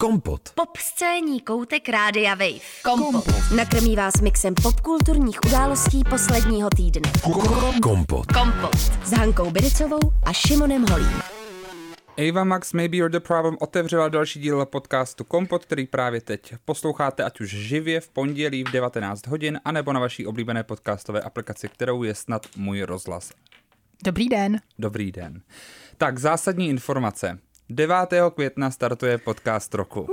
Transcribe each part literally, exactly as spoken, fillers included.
Kompot. Popscénní koutek Rádia Wave. Kompot. Nakrmí vás mixem popkulturních událostí posledního týdne. Kompot. Kompot. S Hankou Biricovou a Šimonem Holím. Ava Max Maybe You're the Problem otevřela další díl podcastu Kompot, který právě teď posloucháte, ať už živě v pondělí v devatenáct hodin, anebo na vaší oblíbené podcastové aplikaci, kterou je snad Můj rozhlas. Dobrý den. Dobrý den. Tak, zásadní informace. devátého května startuje podcast roku.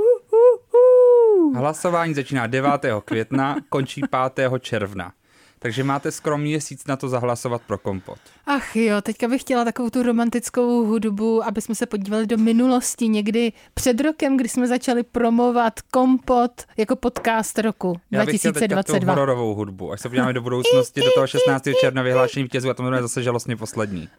Hlasování začíná devátého května, končí pátého června. Takže máte skoro měsíc na to zahlasovat pro Kompot. Ach jo, teďka bych chtěla takovou tu romantickou hudbu, aby jsme se podívali do minulosti, někdy před rokem, kdy jsme začali promovat Kompot jako podcast roku Já bych dva tisíce dvacet dva. chtěl teďka tu hororovou hudbu. Až se podíváme do budoucnosti, do toho šestnáctého června vyhlášení vítězů a to bude zase žalostně poslední.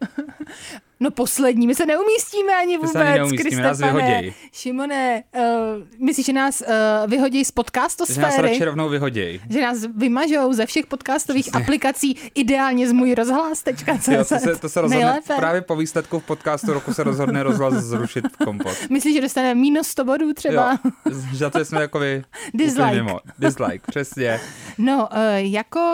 No poslední, my se neumístíme ani vůbec. My se ani neumístíme, nás vyhoděj. Šimone, uh, myslíš, že nás uh, vyhodějí z podcastosféry? Že nás radši rovnou vyhoděj. Že nás vymažou ze všech podcastových Přesně. aplikací, ideálně z Můj rozhlas tečka cé zet. Jo, to, se, to se rozhodne, Nejlépe. Právě po výsledku v podcastu roku se rozhodne rozhlas zrušit Kompot. Myslíš, že dostaneme minus sto bodů třeba? Jo, že to jsme jako vy. Dislike. Mimo. Dislike, přesně. No, uh, jako...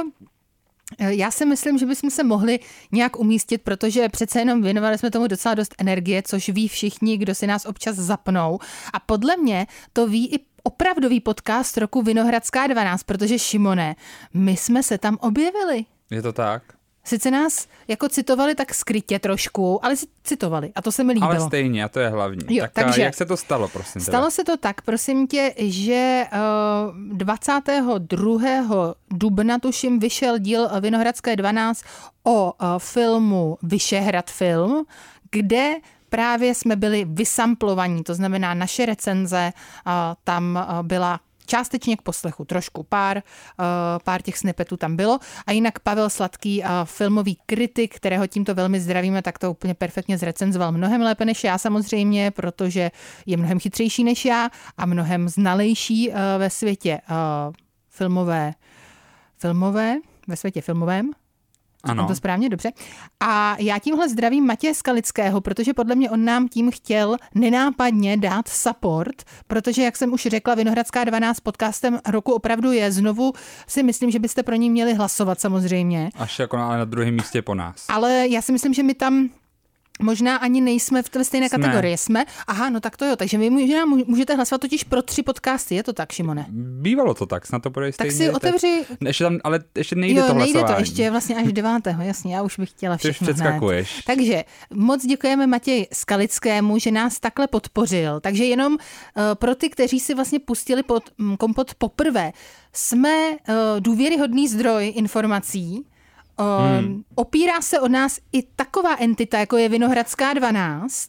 Já si myslím, že bychom se mohli nějak umístit, protože přece jenom věnovali jsme tomu docela dost energie, což ví všichni, kdo si nás občas zapnou. A podle mě to ví i opravdový podcast roku Vinohradská dvanáct, protože Šimone, my jsme se tam objevili. Je to tak? Sice nás jako citovali tak skrytě trošku, ale citovali a to se mi líbilo. Ale stejně, a to je hlavní. Jo, tak takže, jak se to stalo, prosím tebe? Stalo se to tak, prosím tě, že dvacátého druhého dubna, tuším, vyšel díl Vinohradské dvanáct o filmu Vyšehrad film, kde právě jsme byli vysamplovaní, to znamená naše recenze tam byla částečně k poslechu, trošku pár, pár těch snippetů tam bylo. A jinak Pavel Sladký, filmový kritik, kterého tímto velmi zdravíme, tak to úplně perfektně zrecenzoval mnohem lépe než já samozřejmě, protože je mnohem chytřejší než já a mnohem znalejší ve světě filmové, filmové, ve světě filmovém. Ano. To správně, dobře. A já tímhle zdravím Matěje Skalického, protože podle mě on nám tím chtěl nenápadně dát support, protože, jak jsem už řekla, Vinohradská dvanáct podcastem roku opravdu je. Znovu si myslím, že byste pro ní měli hlasovat samozřejmě. Až jako na, na druhém místě po nás. Ale já si myslím, že my tam... Možná ani nejsme v té stejné jsme. kategorii. Jsme? Aha, no tak to jo. Takže vy můžete hlasovat totiž pro tři podcasty. Je to tak, Šimone? Bývalo to tak, snad to bude stejně. Tak si otevři... Ještě tam, ale ještě nejde jo, to nejde hlasování. to ještě vlastně až devátého jasně. Já už bych chtěla všechno hned. Takže moc děkujeme Matěji Skalickému, že nás takhle podpořil. Takže jenom uh, pro ty, kteří si vlastně pustili pod um, Kompot poprvé, jsme uh, důvěryhodný zdroj informací. Hmm. Opírá se o nás i taková entita, jako je Vinohradská dvanáct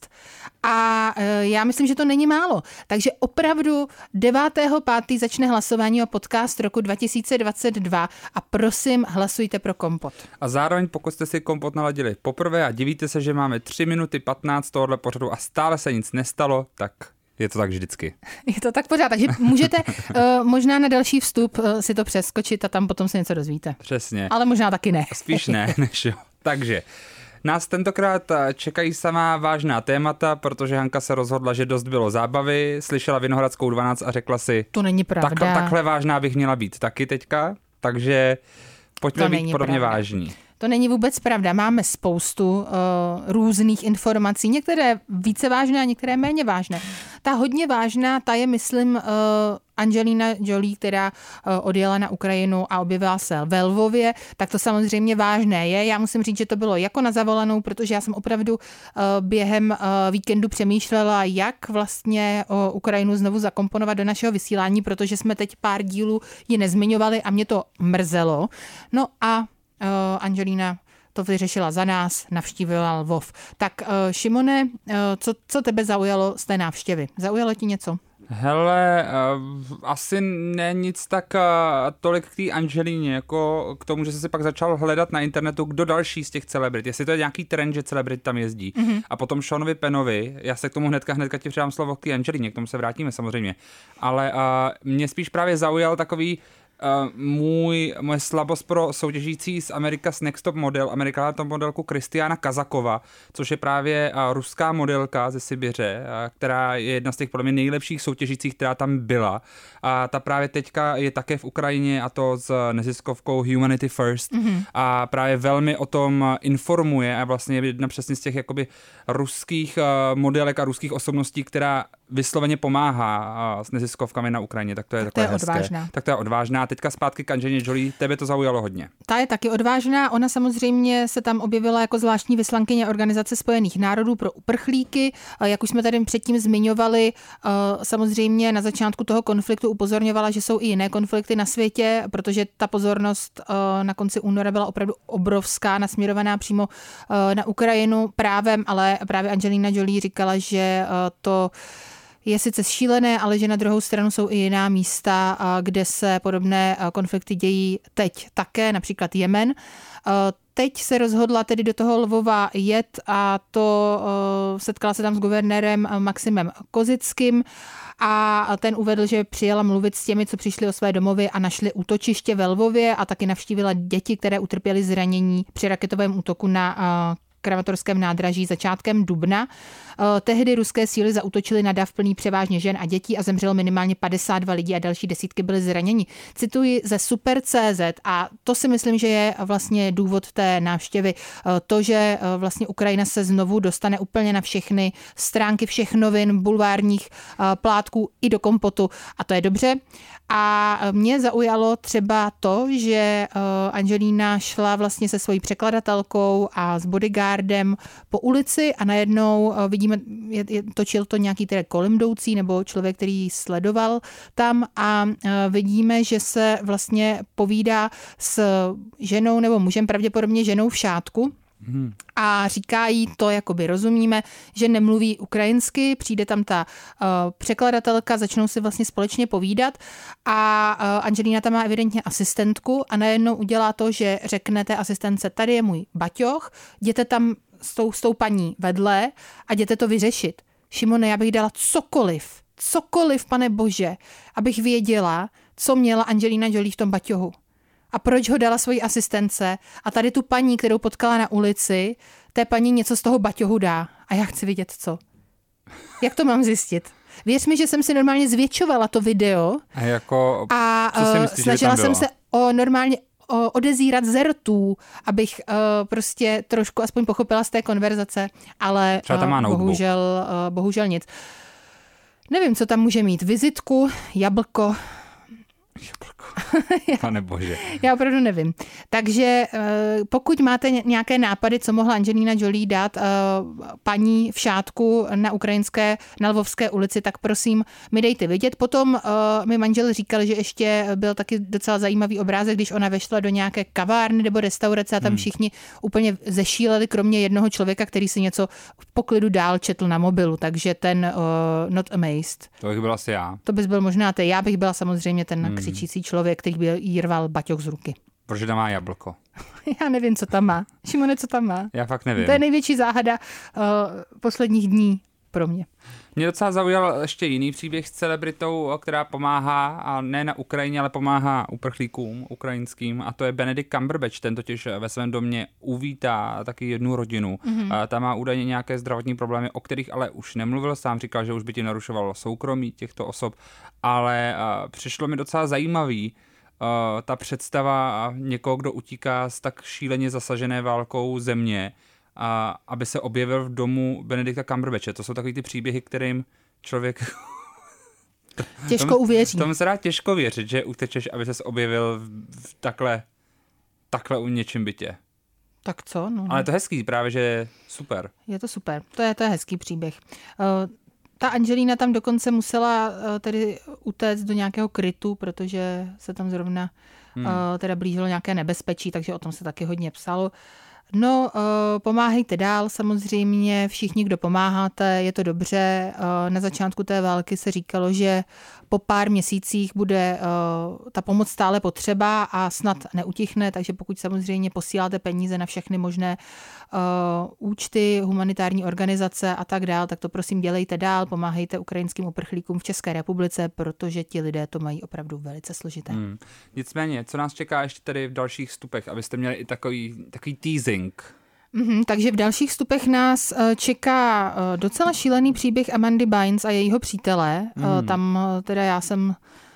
a já myslím, že to není málo. Takže opravdu devátého pátého začne hlasování o podcast roku dva tisíce dvacet dva a prosím, hlasujte pro Kompot. A zároveň, pokud jste si Kompot naladili poprvé a divíte se, že máme tři minuty patnáct tohohle pořadu a stále se nic nestalo, tak... Je to tak vždycky. Je to tak pořád, takže můžete uh, možná na další vstup uh, si to přeskočit a tam potom se něco dozvíte. Přesně. Ale možná taky ne. Spíš ne, než jo. Takže nás tentokrát čekají samá vážná témata, protože Hanka se rozhodla, že dost bylo zábavy, slyšela Vinohradskou dvanáct a řekla si, to není pravda. Tak, takhle vážná bych měla být taky teďka, takže pojďme to být podobně pravda. vážní. To není vůbec pravda. Máme spoustu uh, různých informací, některé více vážné a některé méně vážné. Ta hodně vážná, ta je, myslím, uh, Angelina Jolie, která uh, odjela na Ukrajinu a objevila se ve Lvově, tak to samozřejmě vážné je. Já musím říct, že to bylo jako na zavolanou, protože já jsem opravdu uh, během uh, víkendu přemýšlela, jak vlastně uh, Ukrajinu znovu zakomponovat do našeho vysílání, protože jsme teď pár dílů ji nezmiňovali a mě to mrzelo. No a Uh, Angelina to vyřešila za nás, navštívila Lvov. Tak uh, Šimone, uh, co, co tebe zaujalo z té návštěvy? Zaujalo ti něco? Hele, uh, asi ne nic tak uh, tolik k té Angelíně, jako k tomu, že jsem si pak začal hledat na internetu, kdo další z těch celebrit. Jestli to je nějaký trend, že celebrit tam jezdí. Mm-hmm. A potom Seanovi Pennovi, já se k tomu hnedka, hnedka ti předám slovo k té Angelíně, k tomu se vrátíme samozřejmě. Ale uh, mě spíš právě zaujal takový Uh, můj, moje slabost pro soutěžící z America's Next Top Model, Amerika Top modelku Kristiána Kazakova, což je právě uh, ruská modelka ze Sibiře, uh, která je jedna z těch podle mě nejlepších soutěžících, která tam byla. A ta právě teďka je také v Ukrajině, a to s neziskovkou Humanity First. Mm-hmm. A právě velmi o tom informuje a vlastně je jedna přesně z těch jakoby ruských uh, modelek a ruských osobností, která vysloveně pomáhá uh, s neziskovkami na Ukrajině. Tak to je tak takové to je hezké. odvážná. Tak to je odvážná. Teďka zpátky k Angelině Jolie, tebe to zaujalo hodně. Ta je taky odvážná, ona samozřejmě se tam objevila jako zvláštní vyslankyně Organizace spojených národů pro uprchlíky. Jak už jsme tady předtím zmiňovali, samozřejmě na začátku toho konfliktu upozorňovala, že jsou i jiné konflikty na světě, protože ta pozornost na konci února byla opravdu obrovská, nasměrovaná přímo na Ukrajinu právem, ale právě Angelina Jolie říkala, že to je sice šílené, ale že na druhou stranu jsou i jiná místa, kde se podobné konflikty dějí teď také, například Jemen. Teď se rozhodla tedy do toho Lvova jet a to setkala se tam s guvernérem Maximem Kozickým a ten uvedl, že přijela mluvit s těmi, co přišli o své domovy a našli útočiště ve Lvově a taky navštívila děti, které utrpěly zranění při raketovém útoku na kramatorském nádraží začátkem dubna. Tehdy ruské síly zaútočily na dav plný převážně žen a dětí a zemřelo minimálně padesát dva lidí a další desítky byly zraněni. Cituji ze Super tečka cé zet a to si myslím, že je vlastně důvod té návštěvy. To, že vlastně Ukrajina se znovu dostane úplně na všechny stránky všech novin, bulvárních plátků i do kompotu a to je dobře. A mě zaujalo třeba to, že Angelina šla vlastně se svojí překladatelkou a s bodyguardem po ulici a najednou vidíme, je, je, točil to nějaký tedy kolem-jdoucí nebo člověk, který ji sledoval tam a vidíme, že se vlastně povídá s ženou nebo mužem, pravděpodobně ženou v šátku. Hmm. A říká jí to, jakoby rozumíme, že nemluví ukrajinsky, přijde tam ta uh, překladatelka, začnou si vlastně společně povídat a uh, Angelina tam má evidentně asistentku a najednou udělá to, že řekne té asistence, tady je můj baťoch, jděte tam s tou, s tou paní vedle a jděte to vyřešit. Šimone, já bych dala cokoliv, cokoliv, pane bože, abych věděla, co měla Angelina Jolie v tom baťohu. A proč ho dala svojí asistence a tady tu paní, kterou potkala na ulici, té paní něco z toho baťohu dá. A já chci vidět co. Jak to mám zjistit? Věř mi, že jsem si normálně zvětšovala to video a, jako, a co si myslíš, snažila jsem se o normálně o odezírat z rtů, abych uh, prostě trošku aspoň pochopila z té konverzace, ale uh, bohužel, uh, bohužel nic. Nevím, co tam může mít. Vizitku, jablko, Pane bože. Já opravdu nevím. Takže pokud máte nějaké nápady, co mohla Angelina Jolie dát paní v šátku na ukrajinské, na Lvovské ulici, tak prosím, mi dejte vidět. Potom mi manžel říkal, že ještě byl taky docela zajímavý obrázek, když ona vešla do nějaké kavárny nebo restaurace a tam hmm. všichni úplně zešíleli, kromě jednoho člověka, který si něco v poklidu dál četl na mobilu. Takže ten uh, not amazed. To bych byl asi já. To bys byl možná ty. Já bych byla samozřejmě ten hmm. křičící člověk, který by jí rval baťoch z ruky. Protože tam má jablko. Já nevím, co tam má. Šimone, co tam má? Já fakt nevím. To je největší záhada uh, posledních dní pro mě. Mě docela zaujal ještě jiný příběh s celebritou, která pomáhá, a ne na Ukrajině, ale pomáhá uprchlíkům ukrajinským, a to je Benedict Cumberbatch. Ten totiž ve svém domě uvítá taky jednu rodinu. Mm-hmm. Ta má údajně nějaké zdravotní problémy, o kterých ale už nemluvil. Sám říkal, že už by ti narušovalo soukromí těchto osob, ale uh, přišlo mi docela zajímavý uh, ta představa někoho, kdo utíká z tak šíleně zasažené válkou země, a aby se objevil v domu Benedicta Cumberbatche. To jsou takový ty příběhy, kterým člověk těžko tomu, uvěří. Tomu se dá těžko věřit, že utečeš, aby ses objevil v, v takhle, takhle u něčím bytě. Tak co? No, ale to je hezký, právě, že je super. Je to super. To je, to je hezký příběh. Uh, ta Angelina tam dokonce musela uh, tedy utéct do nějakého krytu, protože se tam zrovna hmm. uh, teda blížilo nějaké nebezpečí, takže o tom se taky hodně psalo. No, pomáhejte dál, samozřejmě všichni, kdo pomáháte, je to dobře. Na začátku té války se říkalo, že po pár měsících bude ta pomoc stále potřeba a snad neutichne, takže pokud samozřejmě posíláte peníze na všechny možné účty, humanitární organizace a tak dál, tak to prosím dělejte dál, pomáhejte ukrajinským uprchlíkům v České republice, protože ti lidé to mají opravdu velice složité. Hmm. Nicméně, co nás čeká ještě tady v dalších vstupech, abyste měli i takový, takový teasing? Mm-hmm, takže v dalších vstupech nás čeká docela šílený příběh Amandy Bynes a jejího přítele. Mm. Tam teda já jsem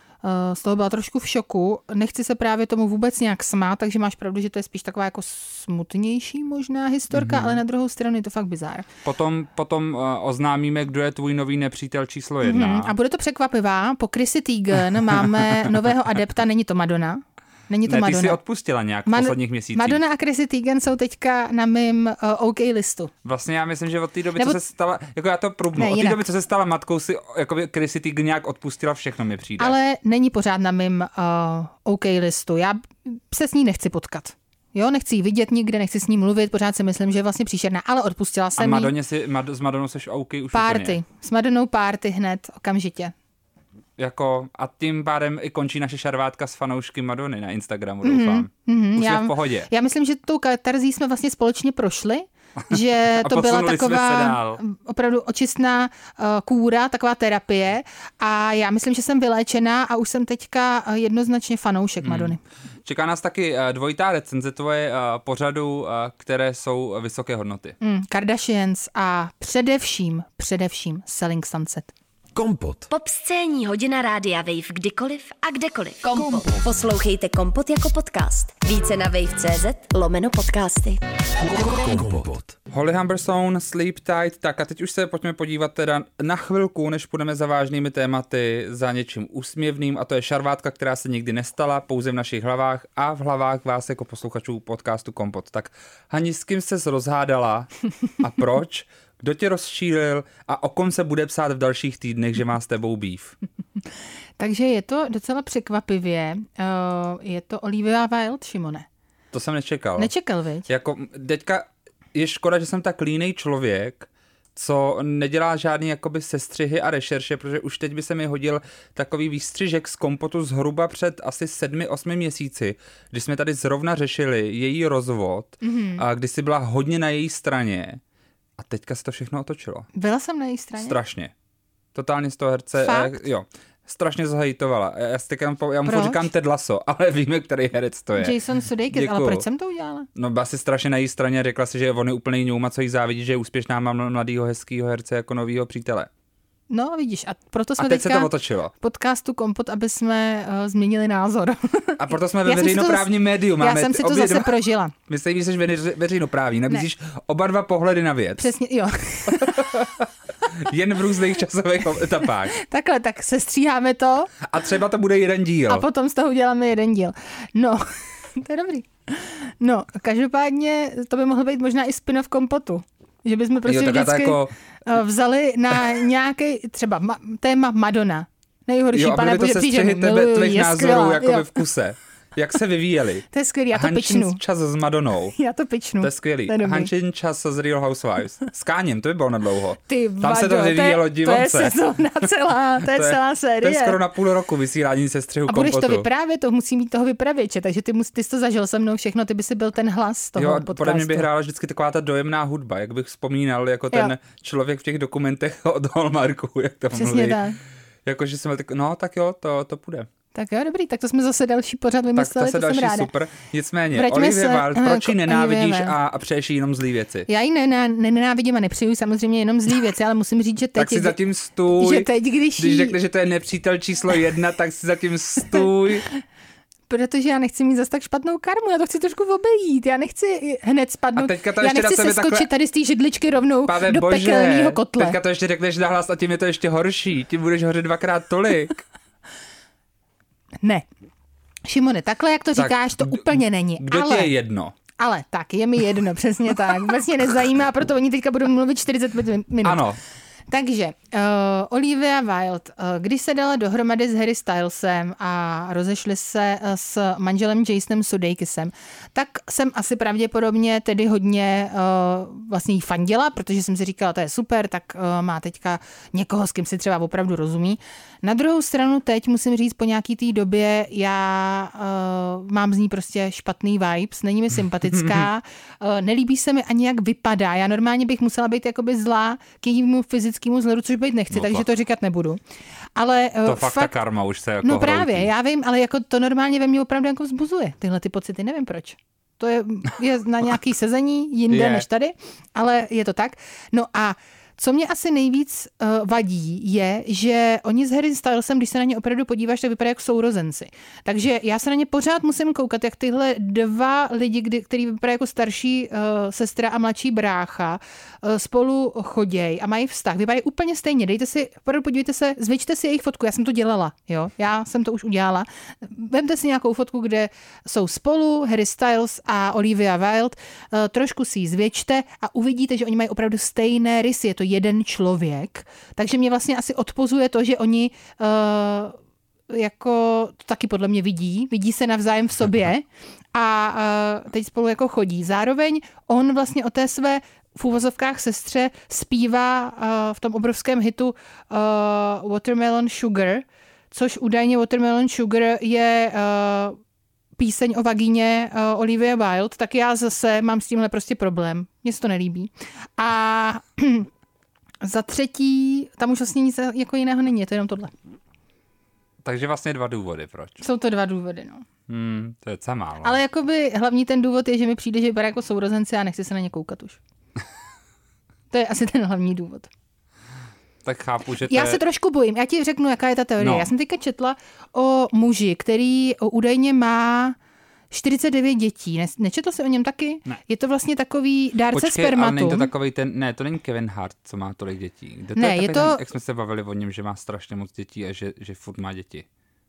z toho byla trošku v šoku. Nechci se právě tomu vůbec nějak smát, takže máš pravdu, že to je spíš taková jako smutnější možná historka, mm-hmm. ale na druhou stranu je to fakt bizár. Potom, potom oznámíme, kdo je tvůj nový nepřítel číslo jedna. Mm-hmm. A bude to překvapivá. Po Chrissy Teigen máme nového adepta, není to Madonna. Není to ne, Madonna. Ty jsi odpustila nějak v posledních měsících. Madonna a Chrissy Teigen jsou teďka na mým uh, OK listu. Vlastně já myslím, že od té doby, Nebo... co se stala, jako já to průbnu, ne, od té doby, co se stala matkou, si jako Chrissy Teigen nějak odpustila, všechno mi přijde. Ale není pořád na mým uh, OK listu. Já se s ní nechci potkat. Jo, nechci ji vidět nikde, nechci s ní mluvit, pořád si myslím, že je vlastně příšerná, ale odpustila jsem a Madoně si, Mad, s Madonou seš OK už party. Úplně. S Madonou party hned, okamžitě. Jako, a tím pádem i končí naše šarvátka s fanoušky Madony na Instagramu, doufám. Mm-hmm, Už já, je v pohodě. Já myslím, že tou katarzí jsme vlastně společně prošli, že to byla taková opravdu očistná uh, kůra, taková terapie a já myslím, že jsem vyléčená a už jsem teďka jednoznačně fanoušek hmm. Madony. Čeká nás taky dvojitá recenze tvoje uh, pořadu, uh, které jsou vysoké hodnoty. Mm, Kardashians a především, především Selling Sunset. Kompot. Popscénní hodina Rádia Wave kdykoliv a kdekoliv. Kompot. Poslouchejte Kompot jako podcast. Více na wave tečka cz lomeno podcasty. Kompot. Holly Humberstone, Sleep Tight. Tak a teď už se pojďme podívat teda na chvilku, než půjdeme za vážnými tématy, za něčím úsměvným, a to je šarvátka, která se nikdy nestala, pouze v našich hlavách a v hlavách vás jako posluchačů podcastu Kompot. Tak Hani, s kým ses rozhádala a proč? Kdo tě rozčílil a o kom se bude psát v dalších týdnech, že má s tebou býv? Takže je to docela překvapivě. Je to Olivia Wilde, Šimone. To jsem nečekal. Nečekal, viď? Jako, teďka je škoda, že jsem tak línej člověk, co nedělá žádný jakoby sestřihy a rešerše, protože už teď by se mi hodil takový výstřižek z Kompotu zhruba před asi sedmi, osmi měsíci, kdy jsme tady zrovna řešili její rozvod mm-hmm. a kdy jsi byla hodně na její straně. A teďka se to všechno otočilo. Byla jsem na její straně? Strašně. Totálně z toho herce. Fakt? Jo. Strašně zahejtovala. Já, já, já mu říkám Ted Lasso, ale víme, který herec to je. Jason Sudeikis, ale proč jsem to udělala? No, byla si strašně na její straně, řekla si, že on je úplný ňouma, co jí závidí, že je úspěšná, má mladýho, hezkýho herce jako novýho přítele. No, vidíš, a proto jsme a teď teďka se to otočilo. V podcastu Kompot, aby jsme uh, změnili názor. A proto jsme ve veřejnoprávním médiu. Máme já jsem si to zase dva... prožila. Myslím, že jsi veřejnoprávní, nabízíš ne. oba dva pohledy na věc. Přesně, jo. Jen v různých časových etapách. Takhle, tak sestříháme to. A třeba to bude jeden díl. A potom z toho uděláme jeden díl. No, to je dobrý. No, každopádně to by mohl být možná i spin-off Kompotu. Že bychom prostě jo, vždycky jako... vzali na nějaký třeba ma- téma Madonna. Nejhorší, jo, pane bože, přijde, miluji, tvých je názorů jako v kuse. Jak se vyvíjeli. To je skvělý, já to Hančin pičnu. čas s Madonou. Já to pičnu. To je skvělý. To je Hančin čas s Real Housewives. S Káněm, to by bylo na dlouho. Ty Tam vado, se to vyvíjelo divonce. To je sezóna celá, to je, to je celá série. To je skoro na půl roku vysílání sestřihu Kompotu. A budeš to vyprávět, to musí mít toho vypravěče, takže ty, mus, ty jsi to zažil se mnou všechno, ty by si byl ten hlas toho jo, podcastu. Podle mě by hrála vždycky taková ta dojemná hudba, jak bych vzpomínal, jako ten jo. člověk v těch dokumentech od Hallmarku, jak to Přesně mluví. tak. Jakože jsem tak, no tak jo, to, to půjde. Tak jo, dobrý, tak to jsme zase další pořad vymysleli, tak to, to jsem ráda. super. Nicméně, Vraťme Olivia Wilde, proč ji nenávidíš Olivia. a, a přeješ jí jenom zlý věci? Já ji nenávidím a nepřeju samozřejmě jenom zlý věci, ale musím říct, že teď... Tak si zatím stůj, že teď, když, když řekne, že to je nepřítel číslo jedna, tak si zatím stůj. Protože já nechci mít zase tak špatnou karmu, já to chci trošku obejít, já nechci hned spadnout, já nechci se skočit takhle... tady z té židličky rovnou Pane do bože, pekelného kotle. Teďka to ještě řekneš nahlas a tím je to ještě horší, tím budeš hořet dvakrát tolik. Ne. Šimone, takhle, jak to tak, říkáš, to úplně není. Kdo ale, ti je jedno? Ale tak, je mi jedno, přesně tak. Vůbec mě nezajímá, proto oni teďka budou mluvit čtyřicet pět minut. Ano. Takže uh, Olivia Wilde, uh, když se dala dohromady s Harry Stylesem a rozešli se uh, s manželem Jasonem Sudeikisem, tak jsem asi pravděpodobně tedy hodně uh, vlastně jí fandila, protože jsem si říkala, to je super, tak uh, má teďka někoho, s kým si třeba opravdu rozumí. Na druhou stranu teď musím říct, po nějaký té době já uh, mám z ní prostě špatný vibes, není mi sympatická, uh, nelíbí se mi ani jak vypadá. Já normálně bych musela být jakoby zlá k jejímu fyzickému vzhledu, což být nechci, no takže fakt. To říkat nebudu. Ale to fakt, fakt ta karma už se jako no právě, hroutí. Já vím, ale jako to normálně ve mně opravdu jako vzbuzuje, tyhle ty pocity, nevím proč. To je, je na nějaký sezení jinde je. než tady, ale je to tak. No a co mě asi nejvíc uh, vadí, je, že oni s Harry Stylesem, když se na ně opravdu podíváš, tak vypadají jako sourozenci. Takže já se na ně pořád musím koukat, jak tyhle dva lidi, kdy, který vypadají jako starší uh, sestra a mladší brácha, uh, spolu choděj a mají vztah. Vypadají úplně stejně. Dejte si, opravdu podívejte se, zvětšte si jejich fotku. Já jsem to dělala, jo. Já jsem to už udělala. Vemte si nějakou fotku, kde jsou spolu Harry Styles a Olivia Wilde. Uh, trošku si ji zvětšte a uvidíte, že oni mají opravdu stejné rysy. Je to jeden člověk, takže mě vlastně asi odpozuje to, že oni uh, jako to taky podle mě vidí, vidí se navzájem v sobě a uh, teď spolu jako chodí. Zároveň on vlastně o té své v úvozovkách sestře zpívá uh, v tom obrovském hitu uh, Watermelon Sugar, což údajně Watermelon Sugar je uh, píseň o vagíně uh, Olivia Wilde, tak já zase mám s tímhle prostě problém. Mně se to nelíbí. A za třetí, tam už vlastně nic jako jiného není, je to jenom tohle. Takže vlastně dva důvody, proč? Jsou to dva důvody, no. Hmm, to je docela málo. Ale jakoby hlavní ten důvod je, že mi přijde, že vypadá jako sourozenci a nechci se na ně koukat už. To je asi ten hlavní důvod. Tak chápu, že to Já je... se trošku bojím. Já ti řeknu, jaká je ta teorie. No. Já jsem teďka četla o muži, který údajně má čtyřicet devět dětí. Ne, nečetl jsi o něm taky? Ne. Je to vlastně takový dárce Počkej, spermatu. ale není to takový ten, ne, to není Kevin Hart, co má tolik dětí. Kdo to ne, je, je to... Ten, jak jsme se bavili o něm, že má strašně moc dětí a že, že furt má děti.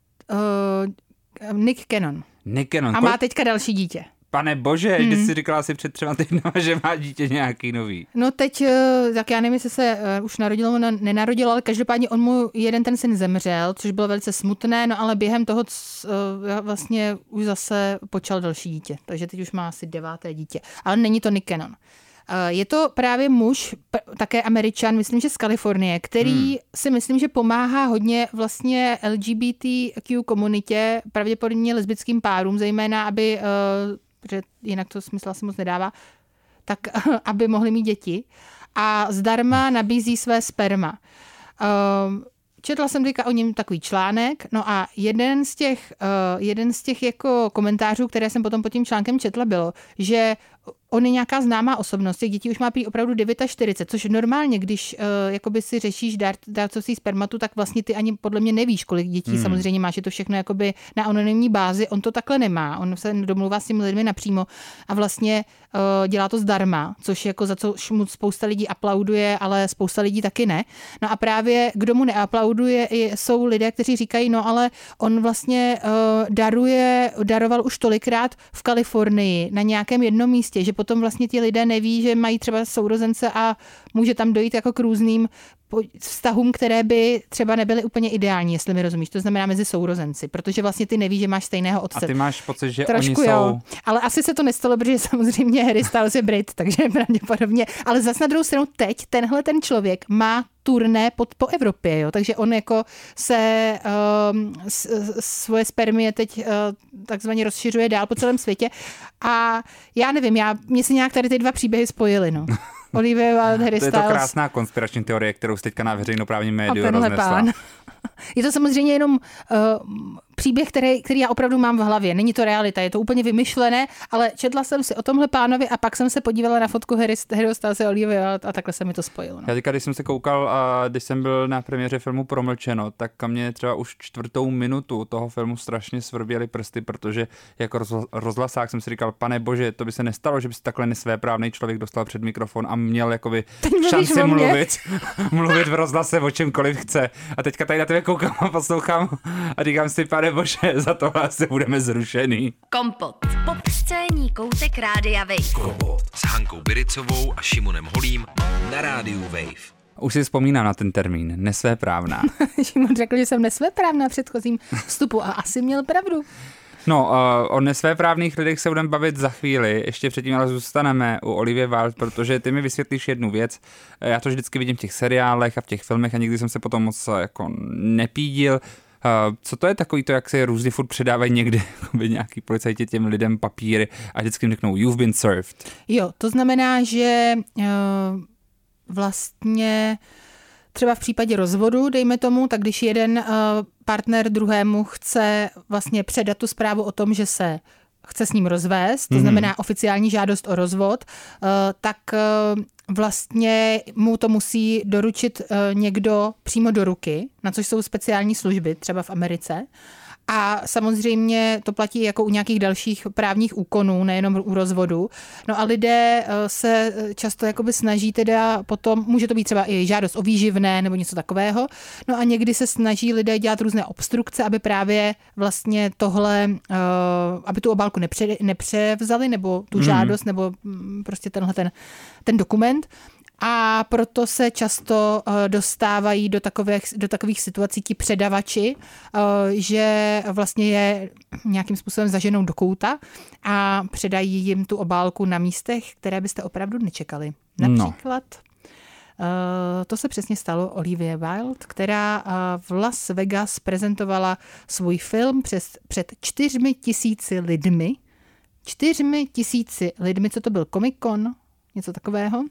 Uh, Nick Cannon. Nick Cannon. A má teďka další dítě. Pane bože, hmm. když jsi říkala si před třema týdnama, že má dítě nějaký nový. No teď, tak já nevím, jestli se uh, už narodilo, no, nenarodilo, ale každopádně on mu jeden ten syn zemřel, což bylo velice smutné, no ale během toho uh, vlastně už zase počal další dítě, takže teď už má asi deváté dítě. Ale není to Nick Cannon. Uh, je to právě muž, p- také Američan, myslím, že z Kalifornie, který hmm. si myslím, že pomáhá hodně vlastně L G B T Q komunitě, pravděpodobně lesbickým párům, zejména, aby... Uh, protože jinak to smysl asi moc nedává, tak aby mohli mít děti. A zdarma nabízí své sperma. Um, četla jsem teďka o něm takový článek, no a jeden z těch, uh, jeden z těch jako komentářů, které jsem potom pod tím článkem četla, bylo, že on je nějaká známá osobnost, těch dětí už má prý opravdu čtyřicet devět, což normálně, když uh, jakoby si řešíš dár, dárcovství spermatu, tak vlastně ty ani podle mě nevíš, kolik dětí hmm. samozřejmě máš, je to všechno jakoby na anonymní bázi, on to takhle nemá, on se domluvá s těmi lidmi napřímo a vlastně uh, dělá to zdarma, což jako za co mu spousta lidí aplauduje, ale spousta lidí taky ne. No a právě kdo mu neaplauduje, jsou lidé, kteří říkají, no ale on vlastně uh, daruje, daroval už tolikrát v Kalifornii na nějakém jednom místě, že potom vlastně ti lidé neví, že mají třeba sourozence a může tam dojít jako k různým vztahům, které by třeba nebyly úplně ideální, jestli mi rozumíš. To znamená mezi sourozenci, protože vlastně ty nevíš, že máš stejného otce. A ty máš pocit, že trošku, oni jo. jsou... Ale asi se to nestalo, protože samozřejmě Harry Styles je Brit, takže pravděpodobně. Ale zas na druhou stranu teď tenhle ten člověk má turné pod, po Evropě, jo? Takže on jako se um, s, svoje spermie teď uh, takzvaně rozšiřuje dál po celém světě a já nevím, já, mě se nějak tady ty dva příběhy spojily, no. Olivia Wilde, Harry Styles. To je to krásná konspirační teorie, kterou jsi teďka na veřejnoprávním médiu roznesla. Pán. Je to samozřejmě jenom uh, příběh, který, který já opravdu mám v hlavě. Není to realita, je to úplně vymyšlené, ale četla jsem si o tomhle pánovi a pak jsem se podívala na fotku Harry, Harry Stylese a Olivia a takhle se mi to spojilo. No. Já teďka, když jsem se koukal a když jsem byl na premiéře filmu Promlčeno, tak mě třeba už čtvrtou minutu toho filmu strašně svrběly prsty, protože jako rozhlasák jsem si říkal, pane bože, to by se nestalo, že by se takhle nesvéprávný člověk dostal před mikrofon a měl jakoby šanci mluvit, mluvit v rozhlase o čemkoliv chce. A teďka tady na tebe koukám a poslouchám a říkám si, pane bože, za to asi budeme zrušený. Kompot. Popscénní koutek Rádia Wave. Kompot s Hankou Biricovou a Šimonem Holím na Rádiu Wave. Už si vzpomínám na ten termín, nesvéprávná. Šimon řekl, že jsem nesvéprávná v předchozím vstupu a asi měl pravdu. No, uh, o nesvéprávných lidech se budeme bavit za chvíli, ještě předtím ale zůstaneme u Olivie Wilde, protože ty mi vysvětlíš jednu věc. Já to vždycky vidím v těch seriálech a v těch filmech a nikdy jsem se potom moc jako nepídil. Uh, co to je takový to, jak se různě furt předávají někde nějaký policajti těm lidem papíry a vždycky jim řeknou you've been served. Jo, to znamená, že uh, vlastně třeba v případě rozvodu, dejme tomu, tak když jeden uh, partner druhému chce vlastně předat tu zprávu o tom, že se chce s ním rozvést, to znamená oficiální žádost o rozvod, uh, tak uh, vlastně mu to musí doručit uh, někdo přímo do ruky, na což jsou speciální služby, třeba v Americe. A samozřejmě to platí jako u nějakých dalších právních úkonů, nejenom u rozvodu. No a lidé se často jakoby snaží teda potom, může to být třeba i žádost o výživné nebo něco takového, no a někdy se snaží lidé dělat různé obstrukce, aby právě vlastně tohle, aby tu obálku nepře, nepřevzali nebo tu žádost nebo prostě tenhle ten, ten dokument. A proto se často dostávají do takových, do takových situací ti předavači, že vlastně je nějakým způsobem zaženou do kouta a předají jim tu obálku na místech, které byste opravdu nečekali. Například no. to se přesně stalo Olivie Wilde, která v Las Vegas prezentovala svůj film přes, před čtyřmi tisíci lidmi. Čtyřmi tisíci lidmi, co to byl Comic-Con, něco takového.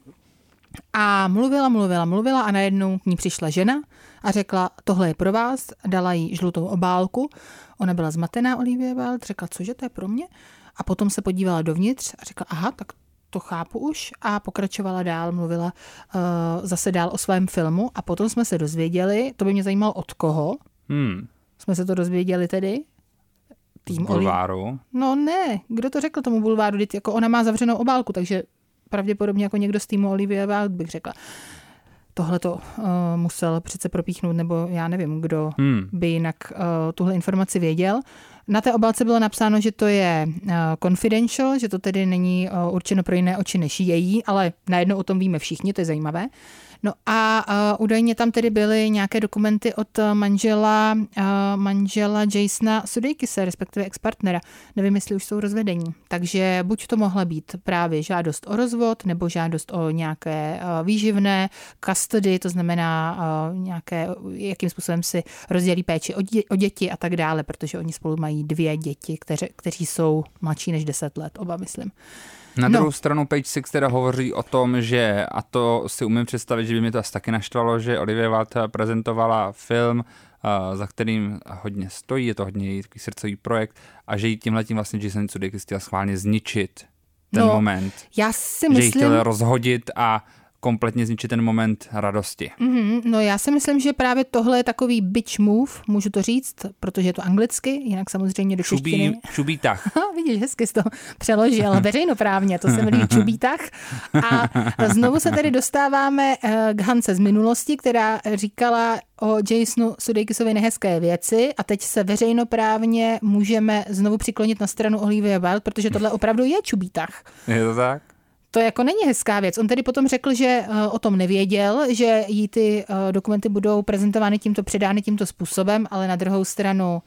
A mluvila, mluvila, mluvila a najednou k ní přišla žena a řekla, tohle je pro vás, dala jí žlutou obálku. Ona byla zmatená, Olivia Wilde, řekla, cože, to je pro mě? A potom se podívala dovnitř a řekla, aha, tak to chápu už a pokračovala dál, mluvila uh, zase dál o svém filmu a potom jsme se dozvěděli, to by mě zajímalo od koho, hmm. jsme se to dozvěděli tedy. Tým Z bulváru? Oli... No ne, kdo to řekl tomu bulváru, jako ona má zavřenou obálku, takže pravděpodobně jako někdo z týmu Olivia Wilde bych řekla. Tohle to uh, musel přece propíchnout, nebo já nevím, kdo hmm. by jinak uh, tuhle informaci věděl. Na té obálce bylo napsáno, že to je uh, confidential, že to tedy není uh, určeno pro jiné oči než její, ale najednou o tom víme všichni, to je zajímavé. No a uh, údajně tam tedy byly nějaké dokumenty od manžela, uh, manžela Jasona Sudeikise, respektive ex-partnera. Nevím, jestli už jsou rozvedení. Takže buď to mohla být právě žádost o rozvod, nebo žádost o nějaké uh, výživné, custody, to znamená uh, nějaké, jakým způsobem si rozdělí péči o, dě- o děti a tak dále, protože oni spolu mají dvě děti, kteři, kteří jsou mladší než deset let, oba myslím. Na druhou no. stranu Page Six teda hovoří o tom, že, a to si umím představit, že by mi to asi taky naštvalo, že Olivia Wilde prezentovala film, uh, za kterým hodně stojí, je to hodně její takový srdcový projekt a že jí tímhletím vlastně Jason Sudeikis chtěl schválně zničit ten no, moment. Já si že myslím... jí chtěl rozhodit a kompletně zničit ten moment radosti. Mm-hmm, no já si myslím, že právě tohle je takový bitch move, můžu to říct, protože je to anglicky, jinak samozřejmě do češtiny. Čubí tah. Vidíš, hezky jsi to přeložil, veřejnoprávně, to se mi líbí, čubí tah. A znovu se tedy dostáváme k Hance z minulosti, která říkala o Jasonu Sudeikisovi nehezké věci a teď se veřejnoprávně můžeme znovu přiklonit na stranu Olivia Wilde, protože tohle opravdu je čubí tah. Je to tak? To jako není hezká věc. On tedy potom řekl, že o tom nevěděl, že jí ty dokumenty budou prezentovány tímto, předány tímto způsobem, ale na druhou stranu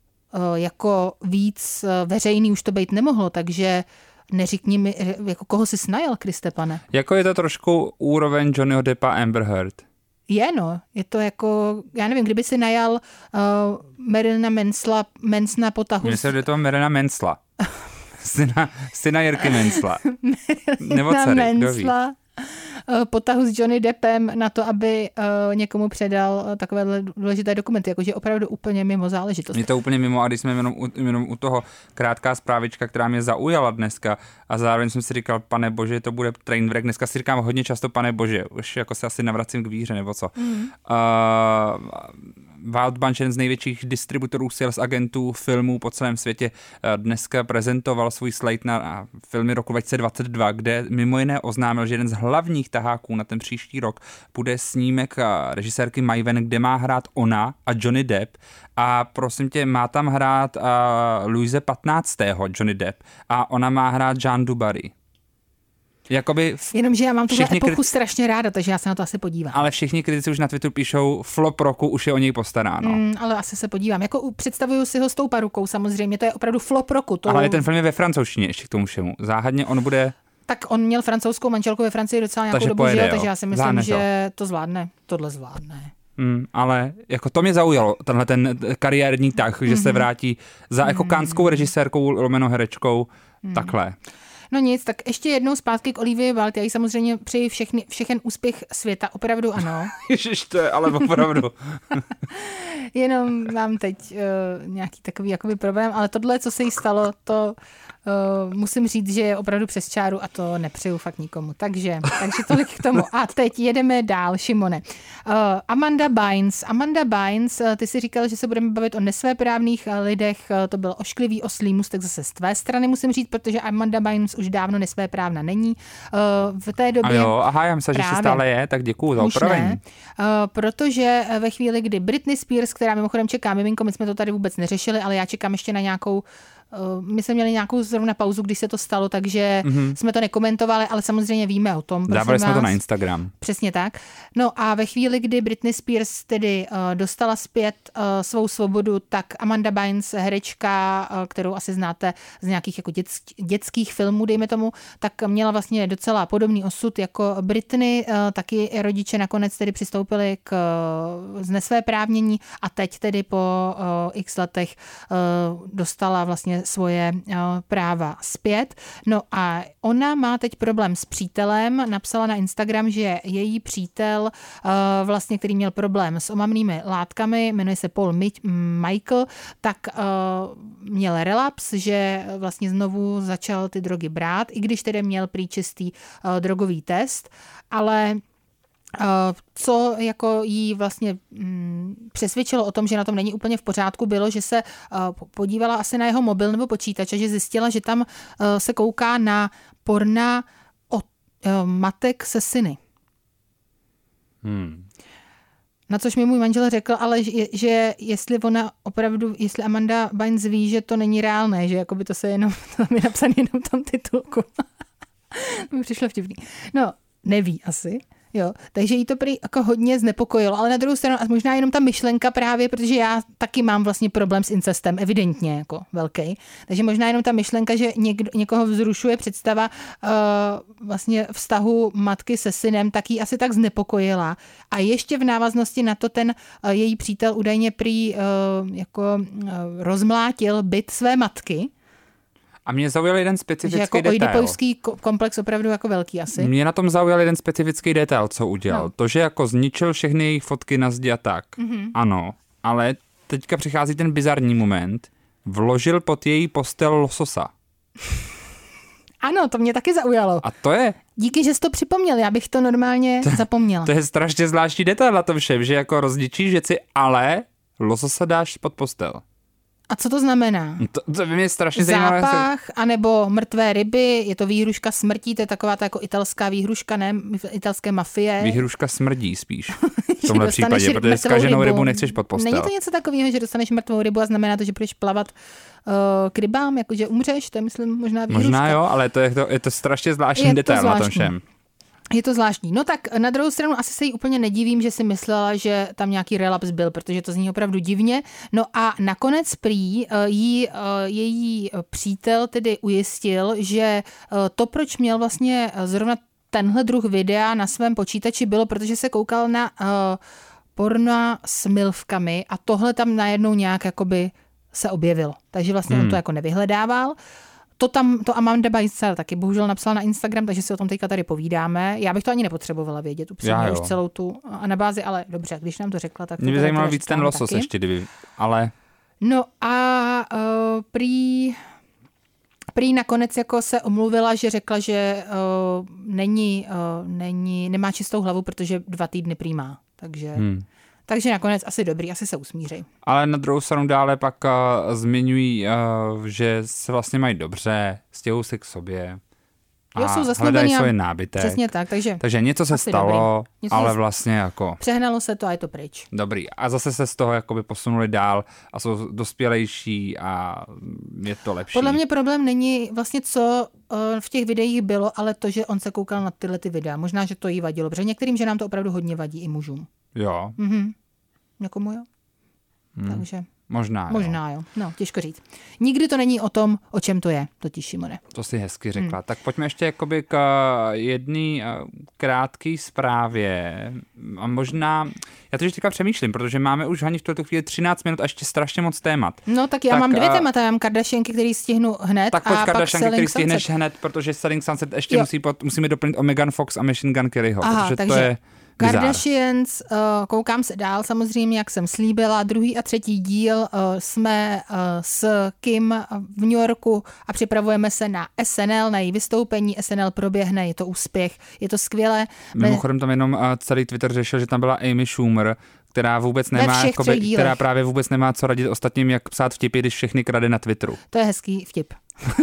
jako víc veřejný už to být nemohlo, takže neříkni mi, jako koho jsi snajal, Kriste pane. Jako je to trošku úroveň Johnnyho Deppa Amber Heard. Je no, je to jako, já nevím, kdyby si najal uh, Marilyna Mansla, Mansona po tahu. Myslím, že to je Marilyna Mansla. Syna, syna Jirky Mansla. Nebo dcery, kdo ví. Potahu s Johnny Deppem na to, aby uh, někomu předal uh, takové důležité dokumenty, jakože opravdu úplně mimo záležitost. Je to úplně mimo a když jsme jenom u, jenom u toho krátká zprávička, která mě zaujala dneska a zároveň jsem si říkal, pane bože, to bude trainwreck. Dneska si říkám hodně často, pane bože, už jako se asi navracím k víře nebo co. Mm. Uh, Wild Bunch, jeden z největších distributorů sales agentů filmů po celém světě, dneska prezentoval svůj slate na filmy roku dva tisíce dvacet dva, kde mimo jiné oznámil, že jeden z hlavních taháků na ten příští rok bude snímek režisérky Mai Wen, kde má hrát ona a Johnny Depp. A prosím tě, má tam hrát uh, Louise patnáctého Johnny Depp a ona má hrát Jeanne du Barry. Jakoby Jenomže já mám tuhle epochu kriti- strašně ráda, takže já se na to asi podívám. Ale všichni kritici už na Twitteru píšou, flop roku, už je o něj postaráno. Mm, ale asi se podívám. Jako představuju si ho s tou parukou samozřejmě, to je opravdu flop roku. To... Ale ten film je ve francouzštině ještě k tomu všemu. Záhadně on bude... Tak on měl francouzskou manželku ve Francii docela nějakou takže dobu, pojede, žil, jo. takže já si myslím, Zvládne že to zvládne. Tohle zvládne. Mm, ale jako to mě zaujalo, tenhle ten kariérní tah, mm-hmm. že se vrátí za jako kánskou režisérkou, lomeno herečkou, mm. takhle. No nic, tak ještě jednou zpátky k Olivii Wilde. Já jí samozřejmě přeji všechny, všechen úspěch světa, opravdu ano. Ježiš, to je ale opravdu. Jenom mám teď uh, nějaký takový jakoby problém, ale tohle, co se jí stalo, to uh, musím říct, že je opravdu přes čáru a to nepřeju fakt nikomu. Takže, takže tolik k tomu. A teď jedeme dál, Šimone. Uh, Amanda Bynes. Amanda Bynes, uh, ty si říkal, že se budeme bavit o nesvéprávných uh, lidech, uh, to byl ošklivý oslý můstek zase z tvé strany, musím říct, protože Amanda Bynes už dávno nesvéprávna není. Uh, v té době... A jo, aha, já myslím, že ještě stále je, tak děkuju za opravení. Uh, protože ve chvíli, kdy Britney Spears, která mimochodem čeká miminko, my jsme to tady vůbec neřešili, ale já čekám ještě na nějakou Uh, my jsme měli nějakou zrovna pauzu, když se to stalo, takže mm-hmm. jsme to nekomentovali, ale samozřejmě víme o tom. Dávali jsme to na Instagram. Přesně tak. No a ve chvíli, kdy Britney Spears tedy uh, dostala zpět uh, svou svobodu, tak Amanda Bynes, herečka, uh, kterou asi znáte z nějakých jako dětsk- dětských filmů, dejme tomu, tak měla vlastně docela podobný osud jako Britney. Uh, taky rodiče nakonec tedy přistoupili k uh, znesvéprávnění a teď tedy po uh, x letech uh, dostala vlastně svoje uh, práva zpět. No a ona má teď problém s přítelem, napsala na Instagram, že její přítel, uh, vlastně, který měl problém s omamnými látkami, jmenuje se Paul Michael, tak uh, měl relaps, že vlastně znovu začal ty drogy brát, i když tedy měl prý čistý uh, drogový test, ale co jako jí vlastně přesvědčilo o tom, že na tom není úplně v pořádku, bylo, že se podívala asi na jeho mobil nebo počítač a že zjistila, že tam se kouká na porna od matek se syny. Hmm. Na což mi můj manžel řekl, ale že, že jestli ona opravdu, jestli Amanda Bynes ví, že to není reálné, že jakoby to se jenom, tam je napsané jenom tam titulku. To mi přišlo vtipný. No, neví asi. Jo, takže jí to prý jako hodně znepokojilo, ale na druhou stranu a možná jenom ta myšlenka právě, protože já taky mám vlastně problém s incestem, evidentně jako velký. Takže možná jenom ta myšlenka, že někdo, někoho vzrušuje představa uh, vlastně vztahu matky se synem, tak jí asi tak znepokojila. A ještě v návaznosti na to ten uh, její přítel údajně prý uh, jako uh, rozmlátil byt své matky. A mě zaujal jeden specifický jako detail. oidipojský komplex opravdu jako velký asi. Mě na tom zaujal jeden specifický detail, co udělal. No. To, že jako zničil všechny jejich fotky na zdi a tak. Mm-hmm. Ano, ale teďka přichází ten bizarní moment. Vložil pod její postel lososa. Ano, to mě taky zaujalo. A to je... Díky, že jsi to připomněl, já bych to normálně to, zapomněla. To je strašně zvláštní detail na tom všem, že jako rozničíš věci, ale lososa dáš pod postel. A co to znamená? To, to by mě strašně zajímavé. Zápach, anebo mrtvé ryby, je to výhruška smrtí, to je taková ta jako italská výhruška, ne? Italské mafie. Výhruška smrdí spíš v tomhle případě, protože zkaženou rybu. rybu nechceš pod postel. Není to něco takového, že dostaneš mrtvou rybu a znamená to, že budeš plavat uh, k rybám, jakože umřeš, to je myslím možná výhruška. Možná jo, ale to je to, je to strašně zvláštní je detail na tom všem. Je to zvláštní. No tak na druhou stranu asi se jí úplně nedivím, že si myslela, že tam nějaký relaps byl, protože to zní opravdu divně. No a nakonec prý jí její přítel tedy ujistil, že to, proč měl vlastně zrovna tenhle druh videa na svém počítači, bylo, protože se koukal na porna s milfkami a tohle tam najednou nějak jakoby se objevilo. Takže vlastně hmm. on to jako nevyhledával. To tam, to Amanda Bynes taky bohužel napsala na Instagram, takže si o tom teďka tady povídáme. Já bych to ani nepotřebovala vědět, upřímně už celou tu anabázi, ale dobře, když nám to řekla, tak... Mě by zajímalo víc ten losos taky. Ještě, kdyby, ale... No a uh, prý... Prý nakonec jako se omluvila, že řekla, že uh, není, uh, není, nemá čistou hlavu, protože dva týdny prý má, takže... Hmm. Takže nakonec asi dobrý, asi se usmířej. Ale na druhou stranu dále pak uh, zmiňují, uh, že se vlastně mají dobře, stěhují se k sobě. a jo, hledají svůj nábytek. Přesně tak, takže... Takže něco se stalo, něco ale se... vlastně jako... Přehnalo se to a je to pryč. Dobrý. A zase se z toho jakoby posunuli dál a jsou dospělejší a je to lepší. Podle mě problém není vlastně, co v těch videích bylo, ale to, že on se koukal na tyhle ty videa. Možná, že to jí vadilo, protože některým ženám to opravdu hodně vadí i mužům. Jo. Mhm. Někomu jo. Hmm. Takže... Možná, jo. Možná, jo. No, těžko říct. Nikdy to není o tom, o čem to je, totiž, Šimone. To si hezky řekla. Hmm. Tak pojďme ještě jakoby k jedné krátké zprávě. A možná, já to teďka přemýšlím, protože máme už Hani v tuto chvíli třináct minut a ještě strašně moc témat. No, tak já tak, mám dvě témata. Já mám Kardashianky, který stihnu hned. Tak pojď a Kardashianky, pak který stihneš hned, protože Selling Sunset ještě musí pod, musíme doplnit o Megan Fox a Machine Gun Kellyho, Aha, protože takže... to je... Kardashians, uh, koukám se dál samozřejmě, jak jsem slíbila. Druhý a třetí díl uh, jsme uh, s Kim v New Yorku a připravujeme se na S N L, na její vystoupení. S N L proběhne, je to úspěch, je to skvělé. Mimochodem tam jenom uh, celý Twitter řešil, že tam byla Amy Schumer, která vůbec nemá, jakoby, která právě vůbec nemá co radit ostatním, jak psát vtipy, když všechny krade na Twitteru. To je hezký vtip.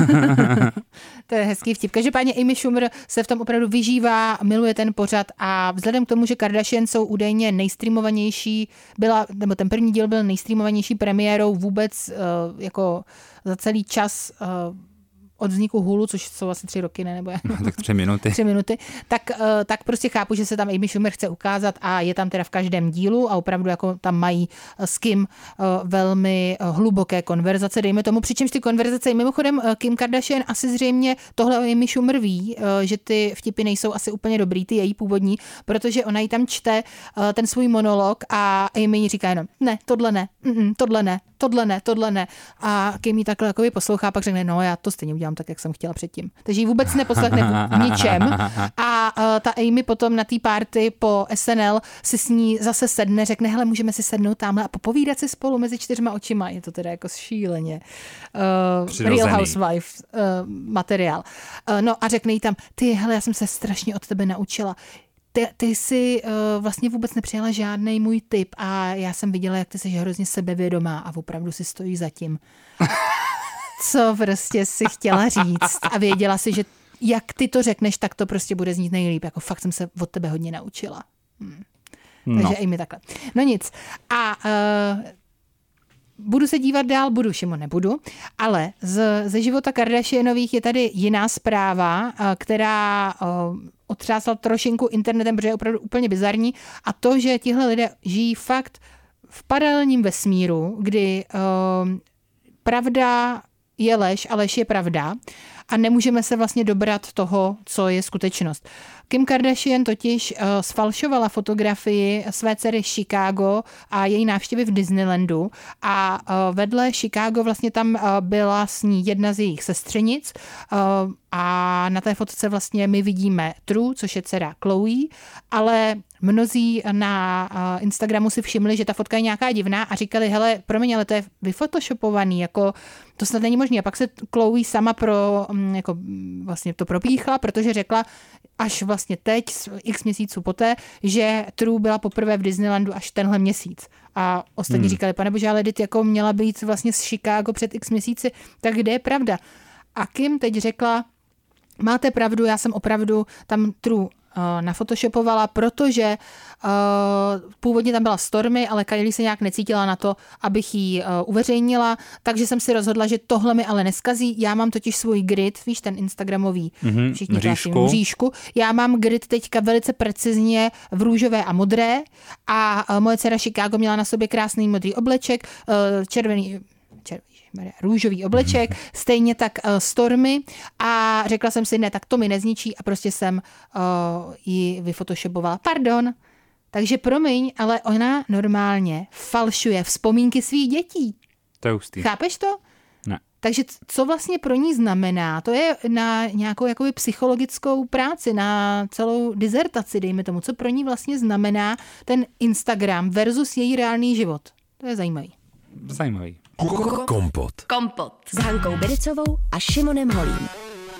To je hezký vtip. Každopádně Amy Schumer se v tom opravdu vyžívá, miluje ten pořad a vzhledem k tomu, že Kardashian jsou údajně nejstreamovanější, byla, nebo ten první díl byl nejstreamovanější premiérou vůbec uh, jako za celý čas uh, od vzniku Hulu, což jsou asi tři roky, ne? Nebo no, tak tři minuty. tři minuty. Tak, uh, tak prostě chápu, že se tam Amy Schumer chce ukázat a je tam teda v každém dílu a opravdu jako tam mají s Kim uh, velmi uh, hluboké konverzace, dejme tomu. Přičemž ty konverzace, mimochodem uh, Kim Kardashian asi zřejmě tohle o Amy Schumer ví, uh, že ty vtipy nejsou asi úplně dobrý, ty její původní, protože ona jí tam čte uh, ten svůj monolog a Amy říká jenom, ne, tohle ne, mm, tohle ne, tohle ne, tohle ne. A Kim jí takhle jako poslouchá, pak řekne, no já to stejně udělám tak, jak jsem chtěla předtím. Takže ji vůbec neposlechne v ničem. A uh, ta Amy potom na té party po S N L si s ní zase sedne, řekne, hele, můžeme si sednout tamhle a popovídat si spolu mezi čtyřma očima. Je to teda jako šíleně. Uh, Real Housewife uh, materiál. Uh, no a řekne jí tam, ty, hele, já jsem se strašně od tebe naučila. Ty, ty jsi uh, vlastně vůbec nepřijala žádnej můj tip a já jsem viděla, jak ty jsi hrozně sebevědomá a opravdu si stojíš za tím. Co prostě si chtěla říct a věděla si, že jak ty to řekneš, tak to prostě bude znít nejlíp. Jako fakt jsem se od tebe hodně naučila. Hmm. No. Takže i mi takhle. No nic. A uh, budu se dívat dál, budu, Šimo, nebudu, ale z, ze života Kardashianových je tady jiná zpráva, uh, která uh, otřásla trošinku internetem, protože je opravdu úplně bizarní a to, že tihle lidé žijí fakt v paralelním vesmíru, kdy uh, pravda je lež a lež je pravda a nemůžeme se vlastně dobrat toho, co je skutečnost. Kim Kardashian totiž uh, sfalšovala fotografii své dcery Chicago a její návštěvy v Disneylandu a uh, vedle Chicago vlastně tam uh, byla s ní jedna z jejich sestřenic uh, a na té fotce vlastně my vidíme True, což je dcera Chloe, ale mnozí na uh, Instagramu si všimli, že ta fotka je nějaká divná a říkali, hele, promiň, ale to je vyfotoshopovaný, jako to snad není možné. A pak se Chloe sama pro, jako vlastně to propíchla, protože řekla, až vlastně teď, x měsíců poté, že True byla poprvé v Disneylandu až tenhle měsíc. A ostatní hmm. říkali, pane bože, ale Edith jako měla být vlastně z Chicago před x měsíci, tak kde je pravda? A Kim teď řekla, máte pravdu, já jsem opravdu tam True nafotoshopovala, protože uh, původně tam byla Stormy, ale Kylie se nějak necítila na to, abych ji uh, uveřejnila, takže jsem si rozhodla, že tohle mi ale neskazí. Já mám totiž svůj grid, víš, ten instagramový mm-hmm, všichni mřížku. mřížku. Já mám grid teďka velice precizně v růžové a modré a uh, moje dcera Chicago měla na sobě krásný modrý obleček, uh, červený červený růžový obleček, stejně tak uh, Stormy a řekla jsem si, ne, tak to mi nezničí a prostě jsem uh, ji vyfotoshopovala. Pardon. Takže promiň, ale ona normálně falšuje vzpomínky svých dětí. To je hustý. Chápeš to? Ne. Takže co vlastně pro ní znamená? To je na nějakou jakoby psychologickou práci, na celou dizertaci, dejme tomu. Co pro ní vlastně znamená ten Instagram versus její reálný život? To je zajímavý. Zajímavý. Kompot. Kompot. S Hankou Bericovou a Šimonem Holím.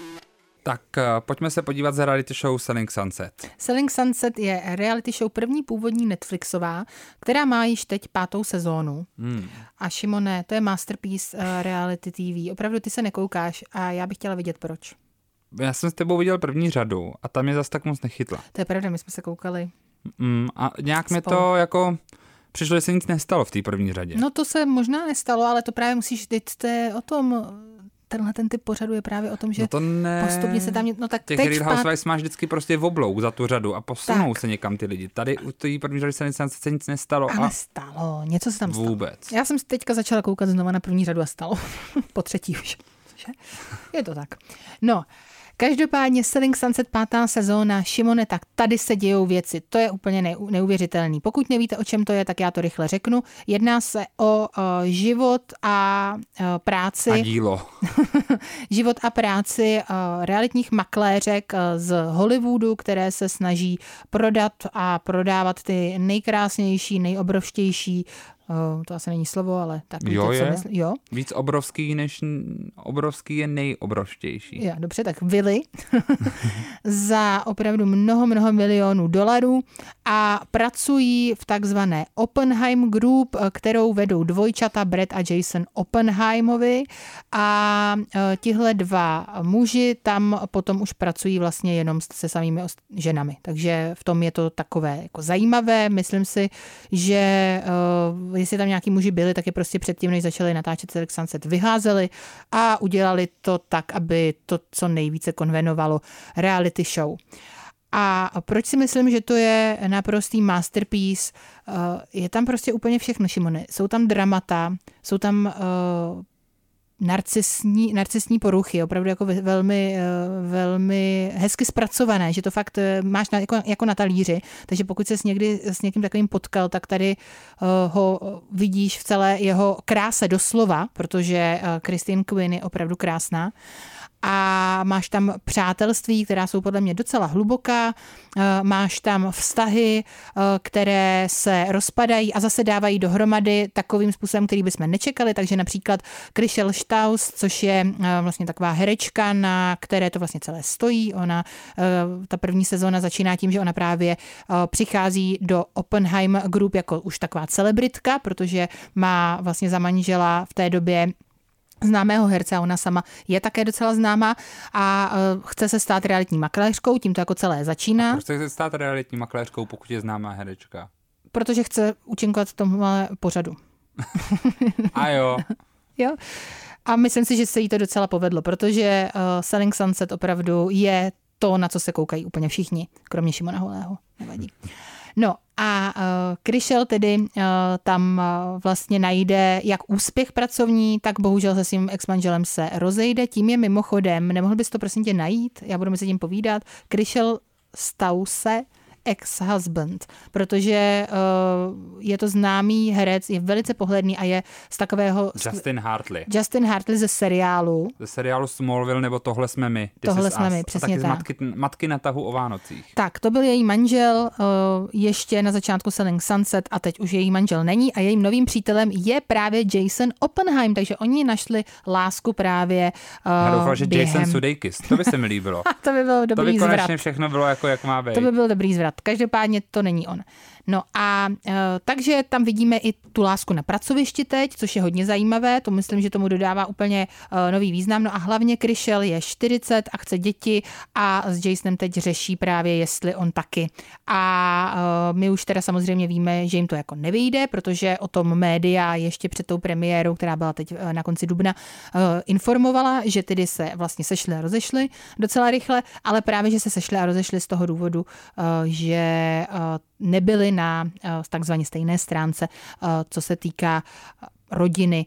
Tak uh, pojďme se podívat za reality show Selling Sunset. Selling Sunset je reality show první původní Netflixová, která má již teď pátou sezónu. Hmm. A Šimone, to je masterpiece uh, reality T V. Opravdu ty se nekoukáš a já bych chtěla vidět proč. Já jsem s tebou viděl první řadu a tam mě zas tak moc nechytla. To je pravda, my jsme se koukali. Mm, a nějak mi Spolu. to jako... Přišlo, že se nic nestalo v té první řadě. No to se možná nestalo, ale to právě musíš, teď jste o tom, tenhle ten typ pořadu je právě o tom, že no to ne. postupně se tam, no tak těch teď Real Housewives máš vždycky prostě v oblouk za tu řadu a posunou tak. se někam ty lidi. Tady u té první řady se nic, se nic nestalo. Ale a stalo, něco se tam stalo. vůbec. Já jsem teďka začala koukat znova na první řadu a stalo. Po třetí už. Že? Je to tak. No, každopádně Selling Sunset pátá sezóna, Šimone, tak tady se dějou věci. To je úplně neu, neuvěřitelný. Pokud nevíte, o čem to je, tak já to rychle řeknu. Jedná se o uh, život a uh, práci. A dílo. život a práci uh, realitních makléřek uh, z Hollywoodu, které se snaží prodat a prodávat ty nejkrásnější, nejobrovštější Uh, to asi není slovo, ale tak víte, Jo, co je? myslím. Jo. Víc obrovský, než obrovský je nejobrovštější. Jo, dobře, tak vily za opravdu mnoho, mnoho milionů dolarů a pracují v takzvané Oppenheim Group, kterou vedou dvojčata Brad a Jason Oppenheimovi a tihle dva muži tam potom už pracují vlastně jenom se samými ženami. Takže v tom je to takové jako zajímavé. Myslím si, že uh, jestli tam nějaký muži byli, tak je prostě předtím, než začali natáčet Selling Sunset, vyházeli a udělali to tak, aby to co nejvíce konvenovalo reality show. A proč si myslím, že to je naprostý masterpiece? Je tam prostě úplně všechno, Šimone. Jsou tam dramata, jsou tam uh, narcisní, narcisní poruchy, opravdu jako velmi, velmi hezky zpracované, že to fakt máš na, jako, jako na talíři, takže pokud se s, někdy, s někým takovým potkal, tak tady uh, ho vidíš v celé jeho kráse doslova, protože uh, Christine Quinn je opravdu krásná. A máš tam přátelství, která jsou podle mě docela hluboká, máš tam vztahy, které se rozpadají a zase dávají dohromady takovým způsobem, který bychom nečekali, takže například Chriselle Staus, což je vlastně taková herečka, na které to vlastně celé stojí. Ona, ta první sezóna začíná tím, že ona právě přichází do Oppenheim Group jako už taková celebritka, protože má vlastně za manžela v té době známého herce a ona sama je také docela známá a uh, chce se stát realitní makléřkou, tím to jako celé začíná. A proč chce se stát realitní makléřkou, pokud je známá herečka? Protože chce účinkovat v tomhle pořadu. A jo. Jo. A myslím si, že se jí to docela povedlo, protože uh, Selling Sunset opravdu je to, na co se koukají úplně všichni, kromě Šimona Holého. Nevadí. No a uh, Chriselle tedy uh, tam uh, vlastně najde jak úspěch pracovní, tak bohužel se svým ex-manželem se rozejde. Tím je mimochodem, nemohl bys to prosím tě najít, já budu mezi tím povídat, Chriselle Stause, ex-husband, protože uh, je to známý herec, je velice pohledný a je z takového... Justin Hartley. Justin Hartley ze seriálu. Ze seriálu Smallville nebo Tohle jsme my. Tohle jsme my, přesně taky tak. Z matky, matky na tahu o Vánocích. Tak, to byl její manžel uh, ještě na začátku Selling Sunset a teď už její manžel není a jejím novým přítelem je právě Jason Oppenheim, takže oni našli lásku právě uh, Já doufal, že během... Jason Sudeikis, to by se mi líbilo. To by byl dobrý zvrat. To by konečně zvrat. všechno bylo jako jak má být. To by byl dobrý zvrat. Každopádně to není on. No a e, takže tam vidíme i tu lásku na pracovišti teď, což je hodně zajímavé, to myslím, že tomu dodává úplně e, nový význam. No a hlavně Chriselle je čtyřicet a chce děti a s Jasonem teď řeší právě, jestli on taky. A e, my už teda samozřejmě víme, že jim to jako nevyjde, protože o tom média ještě před tou premiérou, která byla teď e, na konci dubna, e, informovala, že tedy se vlastně sešli a rozešli docela rychle, ale právě, že se sešli a rozešli z toho důvodu, e, že e, nebyli na takzvaně stejné stránce, co se týká rodiny.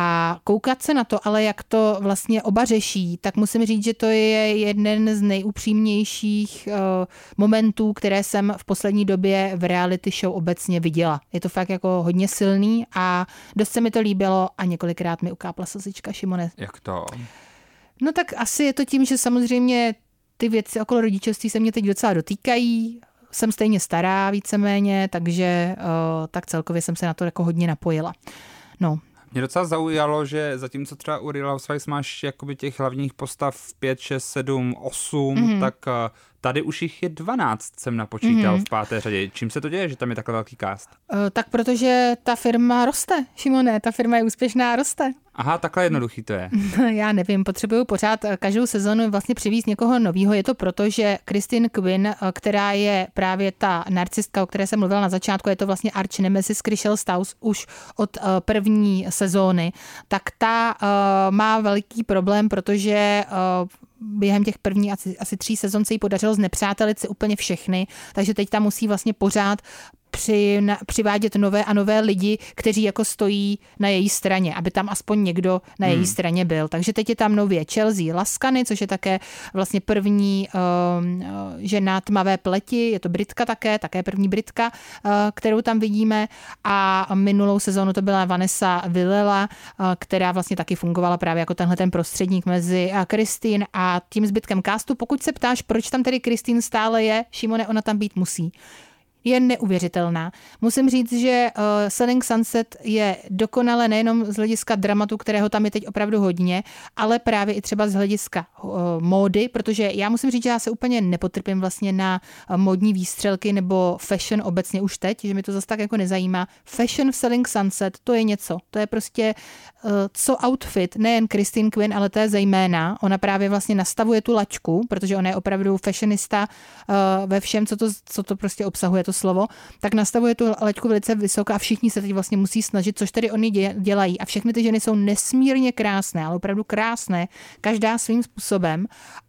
A koukat se na to, ale jak to vlastně oba řeší, tak musím říct, že to je jeden z nejupřímnějších momentů, které jsem v poslední době v reality show obecně viděla. Je to fakt jako hodně silný a dost se mi to líbilo a několikrát mi ukápla slzička, Šimone. Jak to? No tak asi je to tím, že samozřejmě ty věci okolo rodičovství se mě teď docela dotýkají. Jsem stejně stará víceméně, takže uh, tak celkově jsem se na to jako hodně napojila. No. Mě docela zaujalo, že zatímco třeba u Real Housewives máš jakoby těch hlavních postav pět, šest, sedm, osm, mm-hmm. tak uh, tady už jich je dvanáct, jsem napočítal mm-hmm. v páté řadě. Čím se to děje, že tam je takhle velký cast? Uh, tak protože ta firma roste, Šimone, ta firma je úspěšná a roste. Aha, takhle jednoduchý to je. Já nevím, potřebuju pořád každou sezonu vlastně přivízt někoho novýho. Je to proto, že Kristen Quinn, která je právě ta narcistka, o které jsem mluvila na začátku, je to vlastně arch nemesis Chrishell Stause už od první sezóny, tak ta uh, má veliký problém, protože uh, během těch prvních asi, asi tří sezon se jí podařilo znepřátelit si úplně všechny, takže teď tam musí vlastně pořád Při, na, přivádět nové a nové lidi, kteří jako stojí na její straně, aby tam aspoň někdo na její hmm. straně byl. Takže teď je tam nově Chelsea Laskany, což je také vlastně první uh, žena tmavé pleti, je to Britka také, také první Britka, uh, kterou tam vidíme, a minulou sezónu to byla Vanessa Villela, uh, která vlastně taky fungovala právě jako tenhle ten prostředník mezi uh, Christine a tím zbytkem castu. Pokud se ptáš, proč tam tedy Christine stále je, Šimone, ona tam být musí. Je neuvěřitelná. Musím říct, že uh, Selling Sunset je dokonale nejenom z hlediska dramatu, kterého tam je teď opravdu hodně, ale právě i třeba z hlediska uh, módy, protože já musím říct, že já se úplně nepotrpím vlastně na uh, módní výstřelky nebo fashion obecně už teď, že mi to zase tak jako nezajímá. Fashion v Selling Sunset, to je něco. To je prostě uh, co outfit, nejen Kristen Quinn, ale to je zejména. Ona právě vlastně nastavuje tu laťku, protože ona je opravdu fashionista uh, ve všem, co to, co to prostě obsahuje, to slovo, tak nastavuje tu laťku velice vysoko a všichni se teď vlastně musí snažit, což tedy oni dělají. A všechny ty ženy jsou nesmírně krásné, ale opravdu krásné, každá svým způsobem,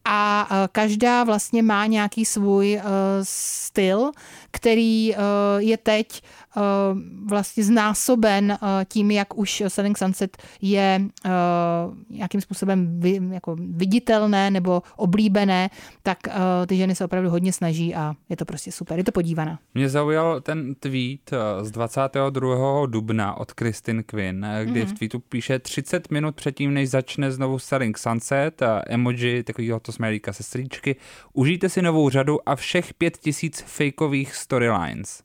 a každá vlastně má nějaký svůj uh, styl, který uh, je teď uh, vlastně znásoben uh, tím, jak už Selling Sunset je uh, nějakým způsobem vy, jako viditelné nebo oblíbené, tak uh, ty ženy se opravdu hodně snaží a je to prostě super, je to podívaná. Mě zaujal ten tweet z dvacátého druhého dubna od Kristen Quinn, kdy mm-hmm. v tweetu píše třicet minut předtím, než začne znovu Selling Sunset, emoji takovýho to smajlíka sestříčky, užijte si novou řadu a všech pět tisíc fakeových storylines.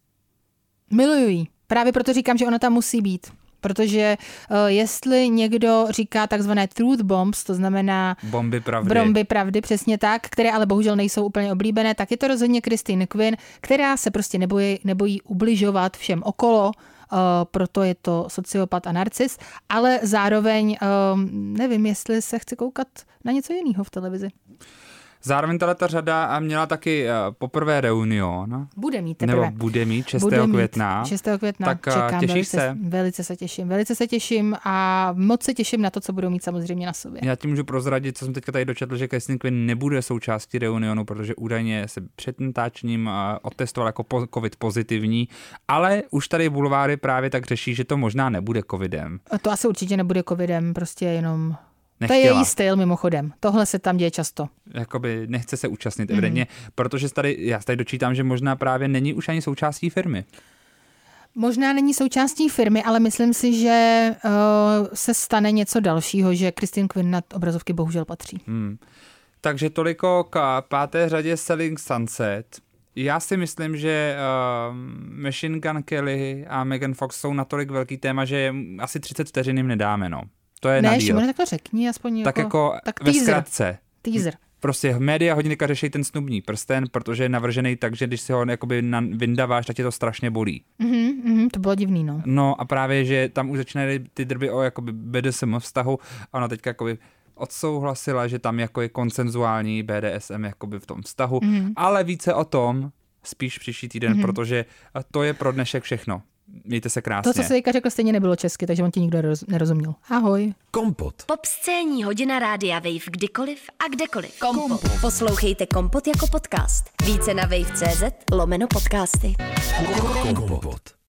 Miluju jí. Právě proto říkám, že ona tam musí být. Protože uh, jestli někdo říká takzvané truth bombs, to znamená bomby pravdy. bomby pravdy, přesně tak, které ale bohužel nejsou úplně oblíbené, tak je to rozhodně Kristen Quinn, která se prostě nebojí, nebojí ubližovat všem okolo, uh, proto je to sociopat a narcis, ale zároveň uh, nevím, jestli se chci koukat na něco jiného v televizi. Zároveň tato řada měla taky poprvé reunion. Bude mít teprve. Nebo bude mít šestého května. šestého května, tak čekám. Těšíš velice, se? Velice se těším. Velice se těším a moc se těším na to, co budou mít samozřejmě na sobě. Já ti můžu prozradit, co jsem teďka tady dočetl, že Kristen Quinn nebude součástí reunionu, protože údajně se před natáčením otestoval jako covid pozitivní, ale už tady bulváry právě tak řeší, že to možná nebude covidem. To asi určitě nebude covidem, prostě jenom... Nechtěla. To je její styl mimochodem. Tohle se tam děje často. Jakoby nechce se účastnit mm. evidentně, protože tady, já tady dočítám, že možná právě není už ani součástí firmy. Možná není součástí firmy, ale myslím si, že uh, se stane něco dalšího, že Kristen Quinn na obrazovky bohužel patří. Hmm. Takže toliko k páté řadě Selling Sunset. Já si myslím, že uh, Machine Gun Kelly a Megan Fox jsou natolik velký téma, že asi třicet vteřin jim nedáme, no. To je ne, Šimone, tak to řekni, aspoň tak jako... jako tak ve teaser. zkratce. Teaser. Prostě média hodně řeší ten snubní prsten, protože je navržený tak, že když si ho jakoby vyndaváš, tak tě to strašně bolí. Mm-hmm, mm, to bylo divný, no. No a právě, že tam už začínají ty drby o jakoby B D S M vztahu a ona teďka jakoby odsouhlasila, že tam jako je konsenzuální B D S M jakoby v tom vztahu, mm-hmm. ale více o tom spíš příští týden, mm-hmm. protože to je pro dnešek všechno. Mějte se krásně. To, co jsi teďka řekl, stejně nebylo česky, takže on ti nikdo nerozuměl. Ahoj. Kompot. Pop scéní hodina rádia Wave kdykoliv a kdekoliv. Kompot. Poslouchejte Kompot jako podcast. Více na wave tečka cz lomeno podcasty. Kompot.